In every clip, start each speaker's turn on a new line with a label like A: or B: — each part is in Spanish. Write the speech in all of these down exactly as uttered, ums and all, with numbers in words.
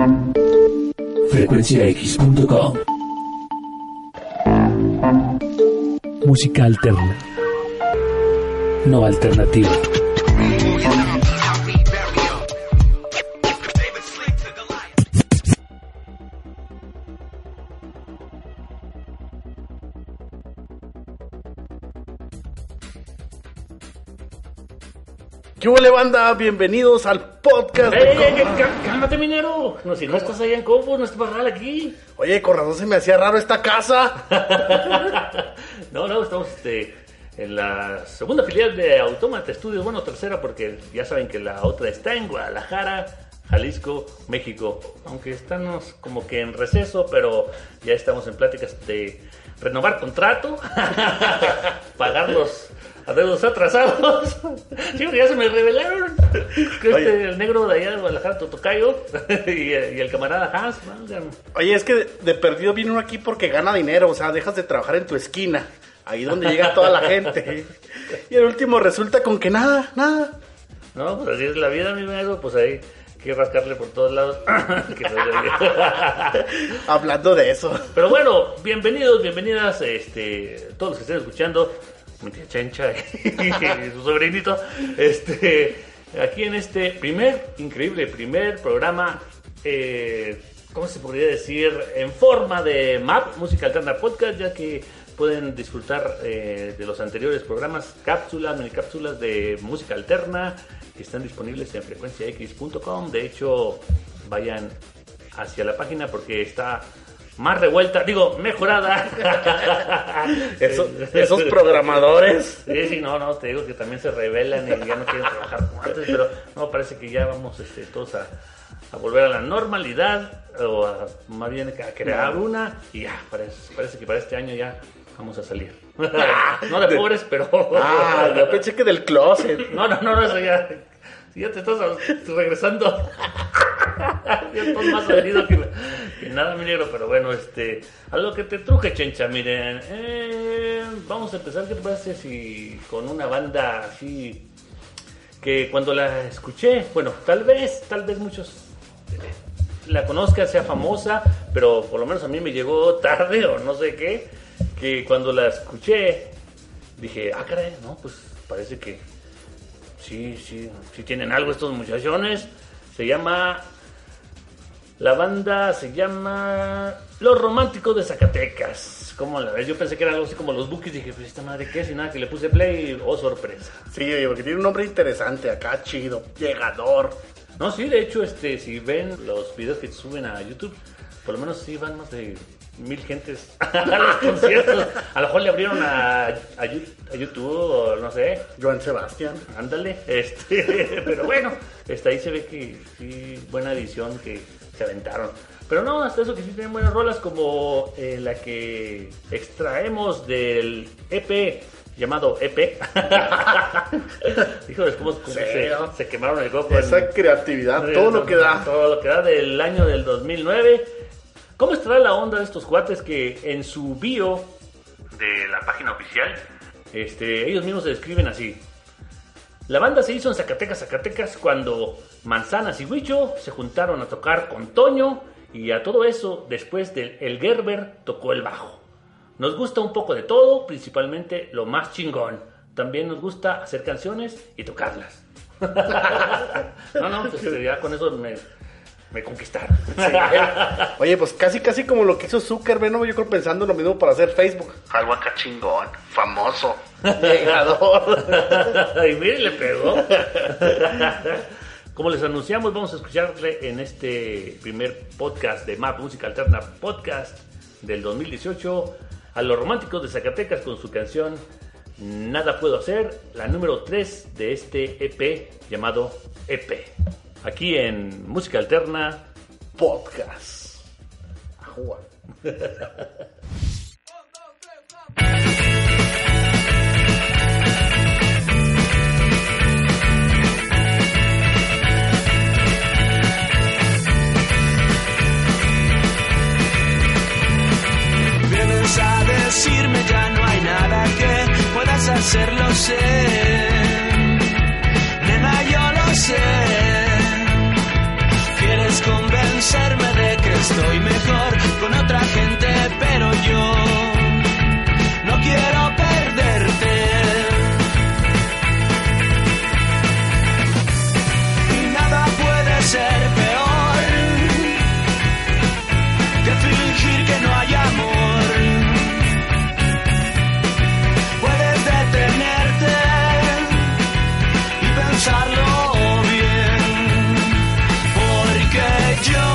A: frecuencia x punto com. Música alterna, no alternativa.
B: ¿Qué huele, banda? Bienvenidos al podcast.
C: ¡Ey, ey, ey! ¡Cálmate, minero! No, si no estás allá en Confus, no estás para nada aquí.
B: Oye, con razón se me hacía raro esta casa.
C: no, no, estamos este, en la segunda filial de Autómata Estudios. Bueno, tercera, porque ya saben que la otra está en Guadalajara, Jalisco, México. Aunque estamos como que en receso, pero ya estamos en pláticas de renovar contrato, pagar los adeudos atrasados. Sí, ya se me revelaron. Este, el negro de allá de Guadalajara, Totocayo, y, y el camarada Hans. ¿No?
B: Oye, es que de, de perdido viene uno aquí porque gana dinero. O sea, dejas de trabajar en tu esquina, ahí donde llega toda la gente. Y el último resulta con que nada, nada.
C: No, pues así es la vida, mi negro. Pues ahí hay que rascarle por todos lados.
B: Hablando de eso.
C: Pero bueno, bienvenidos, bienvenidas, este, todos los que estén escuchando. Mi tía Chencha y su sobrinito, este, aquí en este primer, increíble primer programa, eh, ¿cómo se podría decir? En forma de M A P, Música Alterna Podcast, ya que pueden disfrutar eh, de los anteriores programas, cápsulas, mini cápsulas de música alterna, que están disponibles en frecuencia x punto com. De hecho, vayan hacia la página porque está más revuelta, digo, mejorada.
B: Eso, esos programadores.
C: Sí, sí, no, no, te digo que también se rebelan y ya no quieren trabajar como antes, pero no, parece que ya vamos este, todos a, a volver a la normalidad, o a, más bien a crear una, y ya, parece, parece que para este año ya vamos a salir. No de pobres, pero...
B: Ah, yo pensé que del closet.
C: No, no, no, no, eso ya... Ya te estás regresando. Ya estás más salido que, que nada, mi negro. Pero bueno, este, a lo que te truje, Chencha, miren. Eh, vamos a empezar, ¿qué te parece si con una banda así que cuando la escuché, bueno, tal vez, tal vez muchos la conozcan, sea famosa, pero por lo menos a mí me llegó tarde o no sé qué, que cuando la escuché dije, ah, caray, no, pues parece que Sí, sí, sí tienen algo estos muchachones. Se llama... La banda se llama... Los Románticos de Zacatecas. ¿Cómo la ves? Yo pensé que era algo así como los Bukis. Dije, pues esta madre, ¿qué es? Y nada, que le puse play y... Oh, sorpresa.
B: Sí, oye, porque tiene un nombre interesante acá, chido, llegador.
C: No, sí, de hecho, este, si ven los videos que suben a YouTube, por lo menos sí van más de mil gentes a los conciertos. A lo mejor le abrieron a, a, a YouTube o no sé.
B: Joan Sebastián.
C: Ándale. Este, pero bueno, este, ahí se ve que sí, buena edición que se aventaron. Pero no, hasta eso que sí tienen buenas rolas como eh, la que extraemos del E P llamado E P. Híjoles, cómo, cómo
B: sí,
C: se,
B: ¿no?
C: se quemaron el coco.
B: Esa
C: en,
B: creatividad, todo lo que da.
C: Todo lo que da del año del dos mil nueve. ¿Cómo estará la onda de estos cuates que en su bio de la página oficial, este, ellos mismos se describen así? La banda se hizo en Zacatecas, Zacatecas, cuando Manzanas y Huicho se juntaron a tocar con Toño, y a todo eso, después del El Gerber tocó el bajo. Nos gusta un poco de todo, principalmente lo más chingón. También nos gusta hacer canciones y tocarlas. No, no, pues ya con eso me... Me conquistaron.
B: Sí. Oye, pues casi casi como lo que hizo Zuckerberg, ¿no? Yo creo pensando lo mismo para hacer Facebook. Algo acá chingón, famoso, llegador.
C: Y mire, le pegó. Como les anunciamos, vamos a escucharle en este primer podcast de M A P, Música Alterna Podcast del dos mil dieciocho, a Los Románticos de Zacatecas con su canción Nada Puedo Hacer, la número tres de este E P llamado E P. Aquí en Música Alterna
B: Podcast. Ajua.
D: Vienes a decirme ya no hay nada que puedas hacer, lo sé. Nena, yo lo sé. Quieres convencerme convencerme de que estoy mejor con otra gente, pero yo no quiero perderte. Y nada puede ser peor que fingir que no hay amor. Puedes detenerte y pensarlo bien, porque yo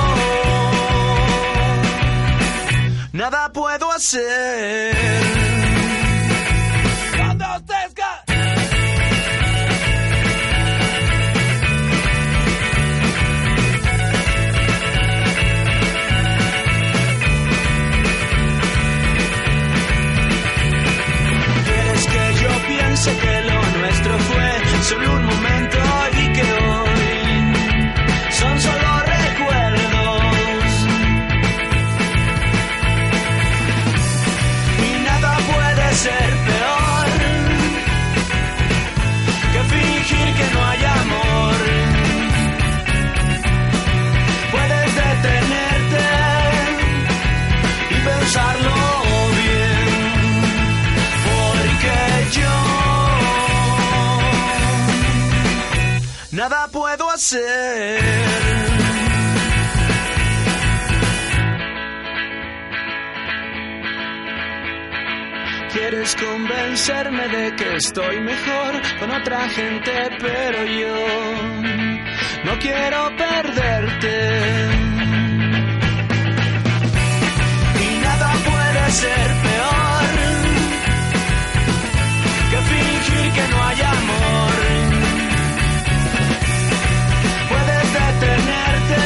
D: nada puedo hacer. Cuando ustedes ca- ¿Quieres que yo piense que lo nuestro fue solo un momento y que hoy son solo recuerdos? Y nada puede ser peor que fingir que no hay amor. Puedes detenerte y pensarlo bien, porque yo nada puedo hacer. Quieres convencerme de que estoy mejor con otra gente, pero yo no quiero perderte. Y nada puede ser peor que fingir que no hay amor. Puedes detenerte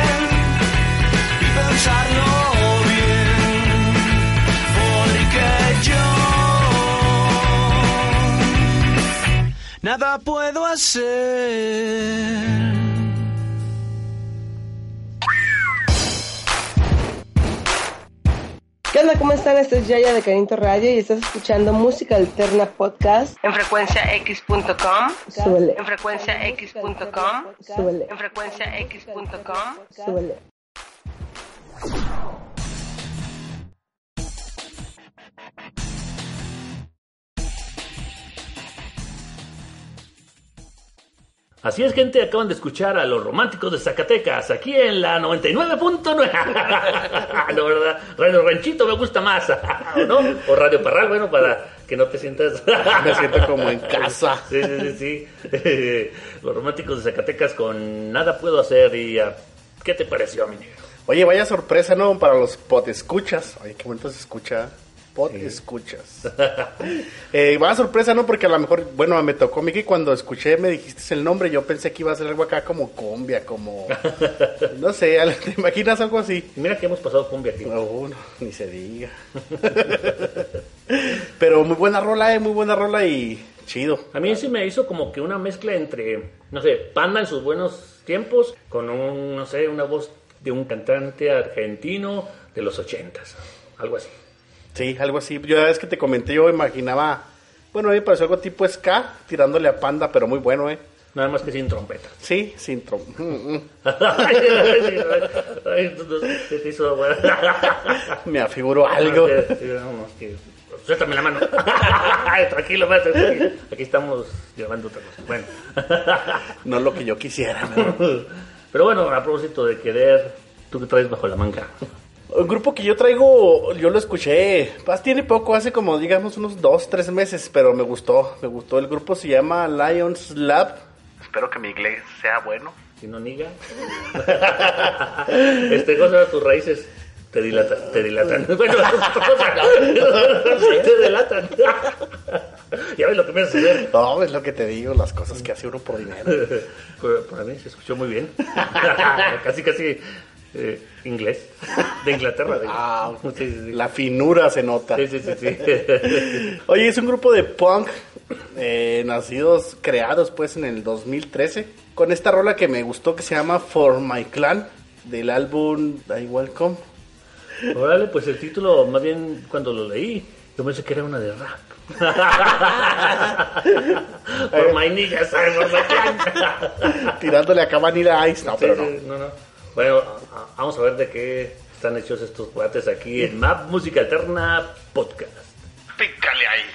D: y pensarlo bien, porque yo nada puedo hacer.
E: ¿Qué onda? ¿Cómo están? Esto es Yaya de Caninto Radio y estás escuchando Música Alterna Podcast en frecuencia x punto com. Súbele. En frecuencia x punto com. Súbele. En frecuencia x punto com. Súbele.
C: Así es, gente, acaban de escuchar a Los Románticos de Zacatecas, aquí en la noventa y nueve punto nueve. No, ¿verdad? Radio Ranchito me gusta más, ¿no? O Radio Parral, bueno, para que no te sientas...
B: Me siento como en casa.
C: Sí, sí, sí, sí. Los Románticos de Zacatecas con Nada Puedo Hacer. Y uh, ¿qué te pareció, mi negro?
B: Oye, vaya sorpresa, ¿no? Para los podescuchas. Oye, qué bonito se escucha. Podescuchas. eh, vaya sorpresa, ¿no? Porque a lo mejor, bueno, me tocó, Miki, cuando escuché, me dijiste el nombre, yo pensé que iba a ser algo acá como cumbia, como... No sé, ¿te imaginas algo así?
C: Mira que hemos pasado cumbia aquí.
B: No, no, ni se diga. Pero muy buena rola, eh, muy buena rola y chido.
C: A mí sí me hizo como que una mezcla entre, no sé, Panda en sus buenos tiempos, con un, no sé, una voz de un cantante argentino de los ochentas, algo así.
B: Sí, algo así. Yo la vez que te comenté, yo imaginaba, bueno, a mí me pareció algo tipo ska, tirándole a Panda, pero muy bueno, ¿eh?
C: Nada más que sin trompeta.
B: Sí, sin trompeta. Me afiguró algo.
C: Suéltame la mano. Tranquilo, más. Aquí estamos llevando otra cosa. Bueno.
B: No lo que yo quisiera, ¿no?
C: Pero bueno, a propósito de querer, ¿tú qué traes bajo la manga?
B: Un grupo que yo traigo, yo lo escuché, pues tiene poco, hace como digamos unos dos, tres meses, pero me gustó, me gustó. El grupo se llama Lions Lab. Espero que mi inglés sea bueno.
C: Si no, niga. Este, cosa, tus raíces te dilatan, te dilatan. Bueno, te delatan. Ya ves lo que me hace hacer.
B: No, es lo que te digo, las cosas que hace uno por dinero.
C: Pero para mí se escuchó muy bien. Casi, casi... Eh, inglés, de Inglaterra. De...
B: Ah,
C: sí, sí, sí.
B: La finura se nota.
C: Sí, sí, sí, sí.
B: Oye, es un grupo de punk eh, nacidos, creados pues en el dos mil trece, con esta rola que me gustó que se llama For My Clan, del álbum I Welcome.
C: Órale, pues el título, más bien cuando lo leí, yo pensé que era una de rap. Por my niggas, por my clan.
B: Tirándole a Vanilla Ice. No,
C: sí,
B: pero
C: sí,
B: no.
C: no, no. Bueno, a, a, vamos a ver de qué están hechos estos cuates aquí en Map Música Alterna Podcast.
B: Pícale ahí.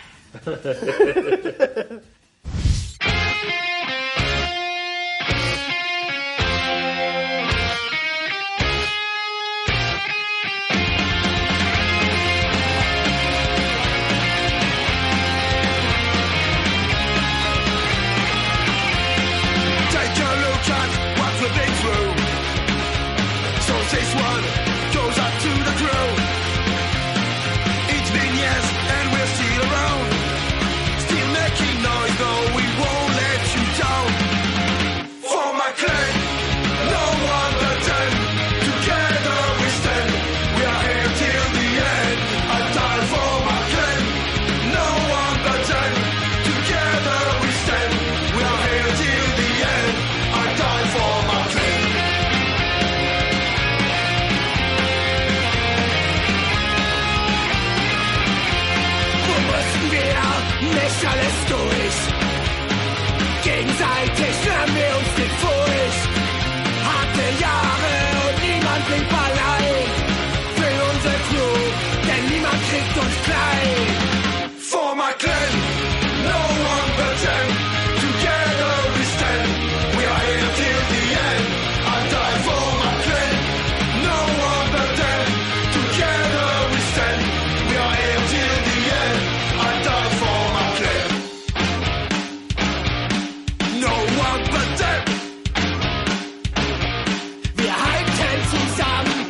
F: This one goes up to the crew. It's been years and we're still around, still making noise, though we won't let you down. For my clan, no one but them. Together we stand. We are here till the end. I die for my clan, no one but them. Together we stand. We are here till the end. I die for my clan. Nicht alles durch. Gegenseitig nahmen wir uns die Furcht. Harte Jahre und niemand blieb allein. Für unser Crew, denn niemand kriegt uns klein. For my clan, no one but them. Together we stand. We are here till the end. I die for my clan, no one but them. Together we stand. We are here till the end. I die for my clan. No one but them. Wir halten zusammen.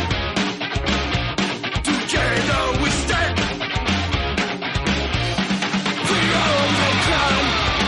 F: Together we stand. Für unseren Clan.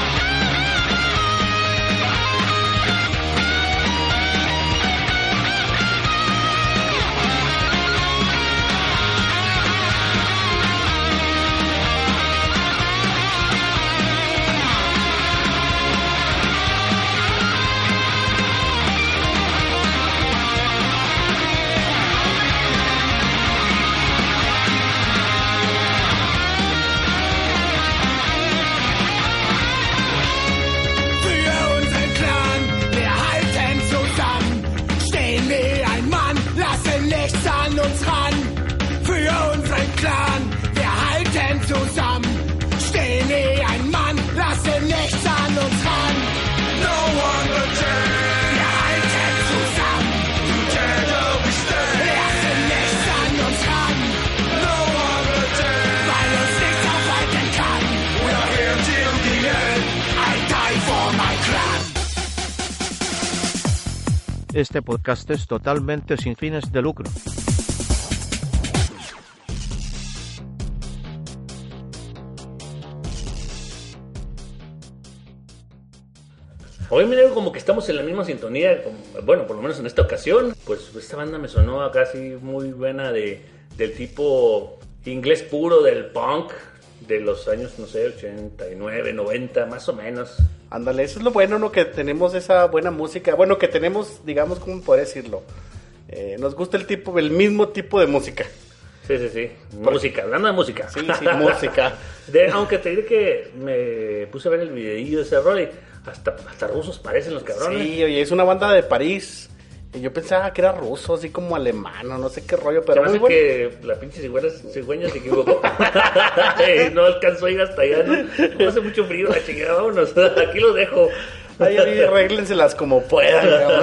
F: Für unseren Clan, wir halten zusammen. Stehen wie ein Mann, lassen nichts an uns ran. Für unseren Clan, wir halten zusammen. Stehen wie ein Mann, lassen nichts an uns ran. No one but them. Wir halten zusammen. Together we stand. Lassen nichts an uns ran. No one but them. Weil uns nichts aufhalten kann. We are here till the end. I die for my clan.
G: Este podcast es totalmente sin fines de lucro.
C: Hoy me digo como que estamos en la misma sintonía, como- bueno, por lo menos en esta ocasión. Pues esta banda me sonó a casi muy buena de, del tipo inglés puro, del punk, de los años, no sé, ochenta y nueve, noventa, más o menos.
B: Ándale, eso es lo bueno, ¿no? Que tenemos esa buena música. Bueno, que tenemos, digamos, ¿cómo podría decirlo? Eh, nos gusta el tipo, el mismo tipo de música.
C: Sí, sí, sí. Música, hablando de música.
B: Sí, sí, música.
C: De, aunque te diré que me puse a ver el videillo de ese rol y hasta, hasta rusos parecen los cabrones.
B: Sí, oye, es una banda de París. Y yo pensaba que era ruso, así como alemán, o no sé qué rollo, pero
C: Se me
B: muy
C: hace
B: bueno.
C: que la pinche cigüeña, cigüeña se equivocó. Eh, no alcanzó a ir hasta allá, ¿no? No hace mucho frío, la chingada, vámonos. Aquí lo dejo.
B: Ay, ay, arréglenselas como puedan, cabrón.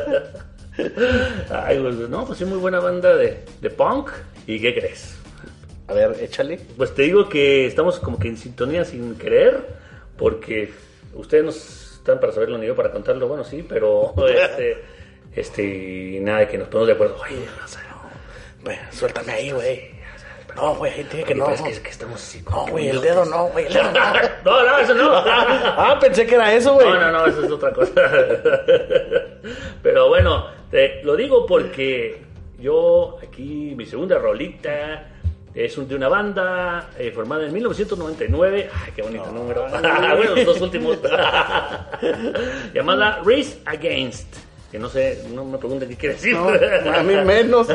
C: Ay, pues, no, pues sí, muy buena banda de, de punk. ¿Y qué crees?
B: A ver, échale.
C: Pues te digo que estamos como que en sintonía sin querer, porque ustedes no están para saberlo ni yo para contarlo, bueno, sí, pero este, este, y nada de que nos ponemos de acuerdo. Oye, no sé, no.
B: Bueno, suéltame ahí, güey. No, güey, dije que
C: Oye,
B: no.
C: pero Es que, es que estamos así. como
B: No,
C: que
B: güey, el
C: muy
B: dedo
C: locos.
B: no, güey, el dedo no.
C: No, no, eso no.
B: Ah, pensé que era eso, güey.
C: No, no, no, eso es otra cosa. Pero bueno, te lo digo porque yo aquí, mi segunda rolita es un- de una banda eh, formada en mil novecientos noventa y nueve. Ay, qué bonito número. Bueno, los dos últimos. Llamada Race Against. Que no sé, no me pregunten qué quiere decir.
B: No, a mí menos.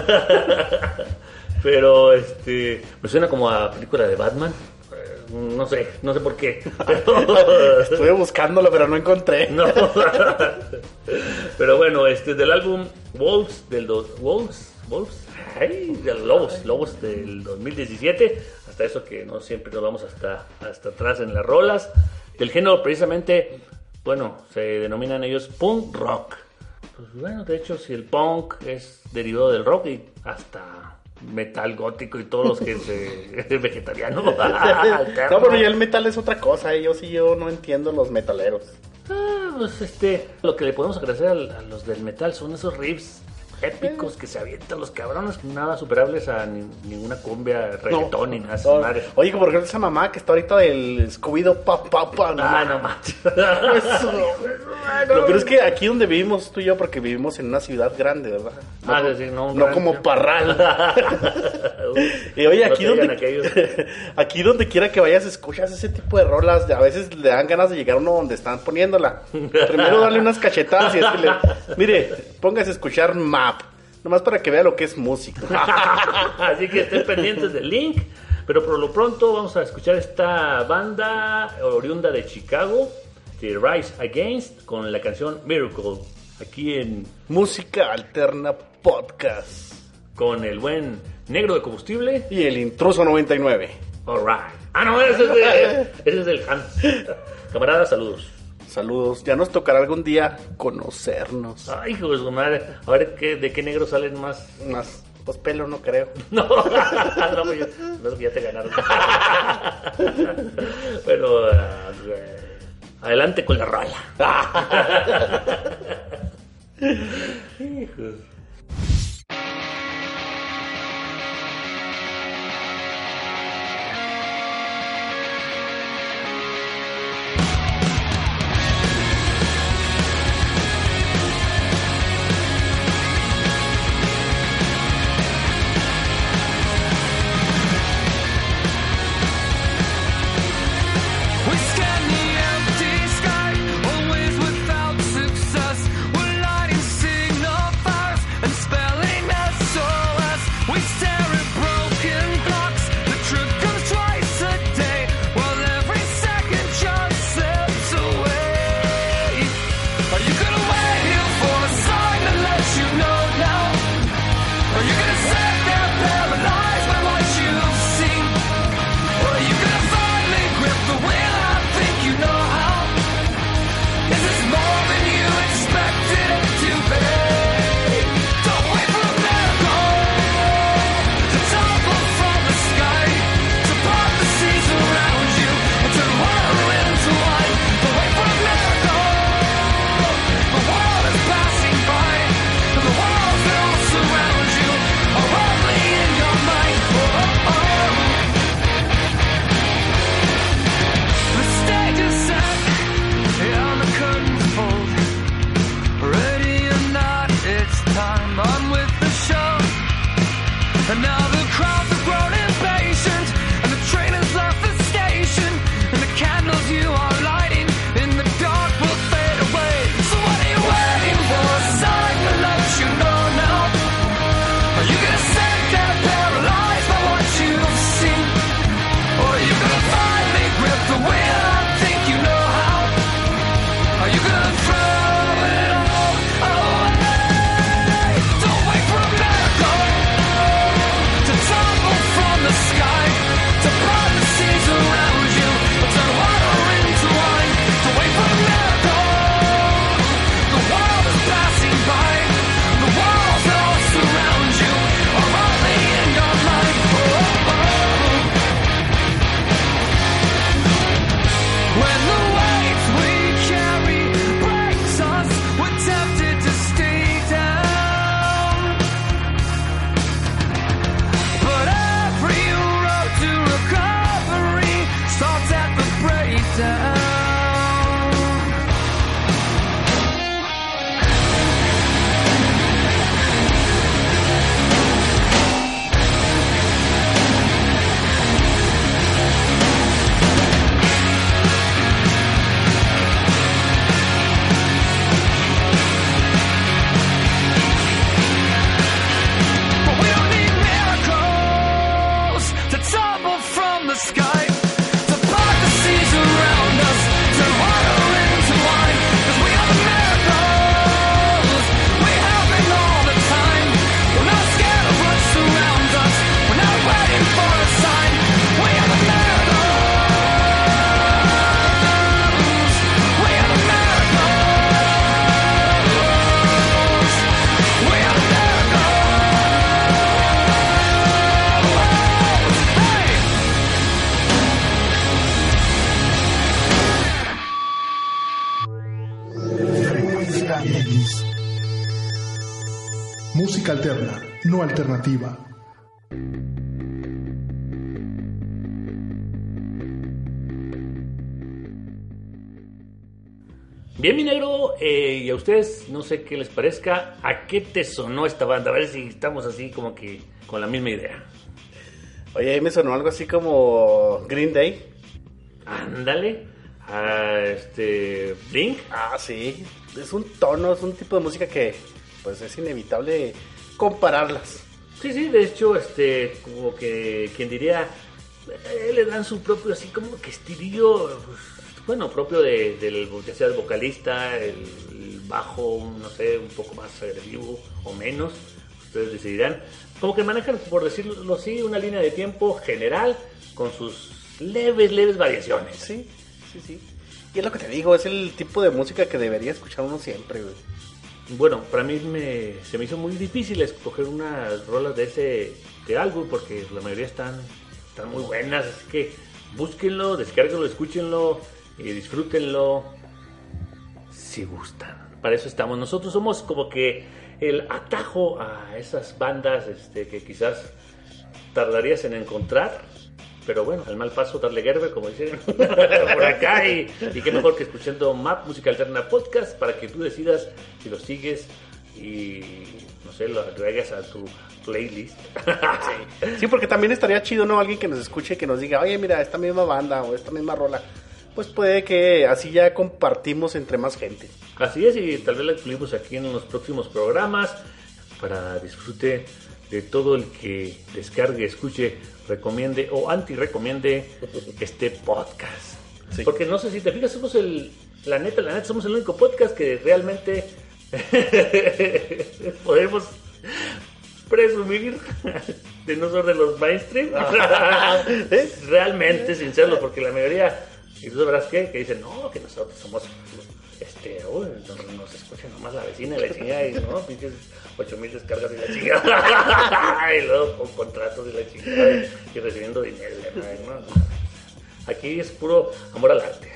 C: Pero este me suena como a película de Batman. Eh, No sé, no sé por qué. Pero-
B: Estuve buscándolo, pero no encontré.
C: no. Pero bueno, este del álbum Wolves del dos, Wolves, Wolves, ay, de los Lobos, Lobos del dos mil diecisiete, hasta eso que no siempre nos vamos hasta, hasta atrás en las rolas, del género precisamente, bueno, se denominan ellos punk rock. Pues bueno, de hecho, si el punk es derivado del rock y hasta metal gótico y todos los que se, es vegetariano.
B: No, pero ya el metal es otra cosa, ¿eh? yo sí yo no entiendo los metaleros.
C: Ah, pues este, lo que le podemos agradecer a, a los del metal son esos riffs épicos que se avientan los cabrones, nada superables a ni, ninguna cumbia, reggaetón no, ni nada.
B: No. Madre. Oye, como por ejemplo esa mamá que está ahorita del Scooby-Doo, pa, pa, pa, no,
C: ah, no manches.
B: Lo peor es que aquí donde vivimos tú y yo, porque vivimos en una ciudad grande, ¿verdad? No,
C: ah, sí, no,
B: no como Parral. Y oye, aquí no donde aquí donde quiera que vayas escuchas ese tipo de rolas, a veces le dan ganas de llegar a uno donde están poniéndola. Primero darle unas cachetadas y decirle, mire, póngase a escuchar Map, nomás para que vea lo que es música.
C: Así que estén pendientes del link. Pero por lo pronto vamos a escuchar esta banda oriunda de Chicago, The Rise Against, con la canción Miracle, aquí en
B: Música Alterna Podcast,
C: con el buen Negro de Combustible
B: y el Intruso noventa y nueve.
C: Alright. Ah, no, ese es, de, ese es del Han. Camaradas, saludos.
B: Saludos. Ya nos tocará algún día conocernos.
C: Ay, hijo de su madre. A ver qué, de qué negros salen más.
B: Más. Pues pelo no creo.
C: No, no, pues ya, no, ya te ganaron. Pero uh, adelante con la rola. Hijos.
F: Don't wait for a miracle to topple
H: Música alterna, no alternativa.
C: Bien, mi negro, eh, y a ustedes, no sé qué les parezca, ¿a qué te sonó esta banda? A ver si estamos así como que con la misma idea.
B: Oye, ahí me sonó algo así como Green Day.
C: Ándale, a este, Blink.
B: Ah, sí, es un tono, es un tipo de música que pues es inevitable compararlas.
C: Sí, sí, de hecho, este, como que, quien diría, eh, le dan su propio así como que estilillo, pues, bueno, propio de, del, ya sea el vocalista, el, el bajo, no sé, un poco más agresivo o menos, ustedes decidirán. Como que manejan, por decirlo así, una línea de tiempo general con sus leves, leves variaciones.
B: Sí, sí, sí. Y es lo que te digo, es el tipo de música que debería escuchar uno siempre, güey.
C: Bueno, para mí me, se me hizo muy difícil escoger unas rolas de ese de álbum porque la mayoría están, están muy buenas, así que búsquenlo, descárguenlo, escúchenlo y disfrútenlo si gustan. Para eso estamos. Nosotros somos como que el atajo a esas bandas este, que quizás tardarías en encontrar, pero bueno, al mal paso darle Gerber, como dicen por acá, y, y qué mejor que escuchando M A P, Música Alterna Podcast, para que tú decidas si lo sigues y, no sé, lo agregas a tu playlist.
B: Sí. Sí, porque también estaría chido, ¿no? Alguien que nos escuche, que nos diga, oye, mira, esta misma banda o esta misma rola, pues puede que así ya compartimos entre más gente.
C: Así es, y tal vez la incluimos aquí en los próximos programas para disfrute de todo el que descargue, escuche, recomiende o anti-recomiende este podcast. Sí. Porque no sé si te fijas, somos el, la neta, la neta, somos el único podcast que realmente podemos presumir de no ser de los mainstream. ¿Eh? Realmente sinceros, porque la mayoría, y tú sabrás qué, que dicen, no, que nosotros somos, este, uy, nos, nos escucha nomás la vecina y la chingada, y no, pinches ocho mil descargas y la chingada, y luego con contratos y la chingada, y, y recibiendo dinero, ¿no? Aquí es puro amor al arte.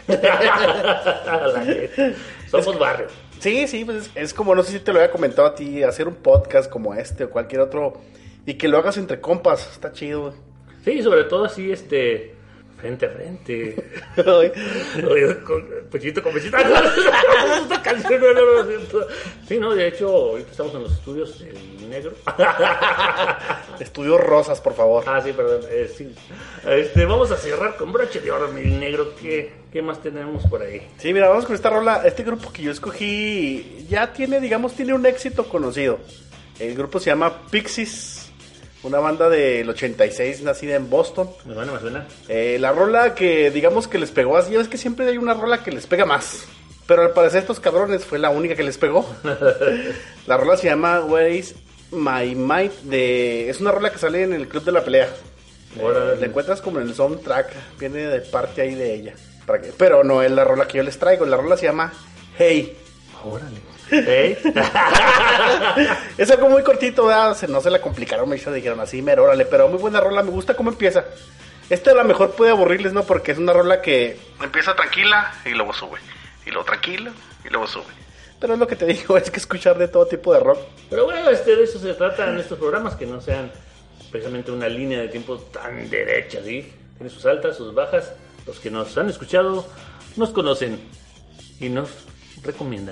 C: Somos barrio.
B: Sí, sí, pues es, es como, no sé si te lo había comentado a ti, hacer un podcast como este o cualquier otro, y que lo hagas entre compas, está chido.
C: Sí, sobre todo así, este, frente a frente. Oye, con pechito con pechito. Esta canción, no, no, no. Sí, no, de hecho, ahorita estamos en los estudios del negro.
B: Estudios Rosas, por favor.
C: Ah, sí, perdón. Eh, sí. Este, vamos a cerrar con broche de oro, mi negro. ¿Qué, ¿Qué más tenemos por ahí?
B: Sí, mira, vamos con esta rola. Este grupo que yo escogí ya tiene, digamos, tiene un éxito conocido. El grupo se llama Pixies. Una banda del ochenta y seis, nacida en Boston.
C: Me suena, me suena.
B: Eh, la rola que, digamos, que les pegó así, ya ves que siempre hay una rola que les pega más. Pero al parecer estos cabrones fue la única que les pegó. La rola se llama Where is My Mind. De... Es una rola que sale en el Club de la Pelea. Eh, la encuentras como en el soundtrack. Viene de parte ahí de ella. Para que... Pero no es la rola que yo les traigo. La rola se llama Hey.
C: Órale. ¿Eh?
B: Es algo muy cortito, ¿verdad? No se la complicaron, me dijeron así, mero, órale, pero muy buena rola, me gusta cómo empieza. Esta a lo mejor puede aburrirles, ¿no? Porque es una rola que empieza tranquila y luego sube, y luego tranquila y luego sube. Pero es lo que te digo, es que escuchar de todo tipo de rock.
C: Pero bueno, este, de eso se trata en estos programas, que no sean precisamente una línea de tiempo tan derecha, ¿sí? Tiene sus altas, sus bajas. Los que nos han escuchado nos conocen y nos recomiendan.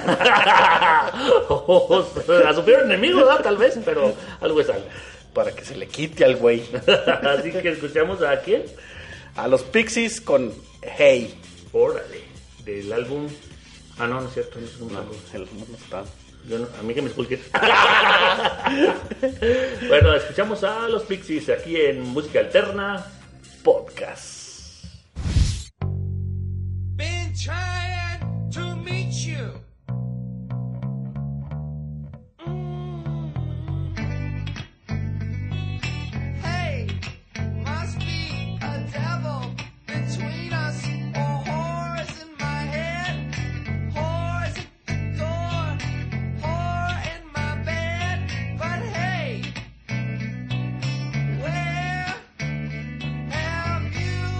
C: A su peor enemigo, ¿no? Tal vez, pero algo es algo.
B: Para que se le quite al güey.
C: Así que escuchamos a quién?
B: A los Pixies con Hey.
C: Órale, del álbum. Ah, no, no es cierto, no es un
B: no,
C: álbum.
B: El álbum no está.
C: Yo no, a mí que me expliques. Bueno, escuchamos a los Pixies aquí en Música Alterna Podcast.
F: Been trying to meet you. Mm. Hey, must be a devil between us, or horrors in my head, horrors at the door, horror in my bed. But hey, where have you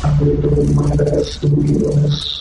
I: Estúpidos.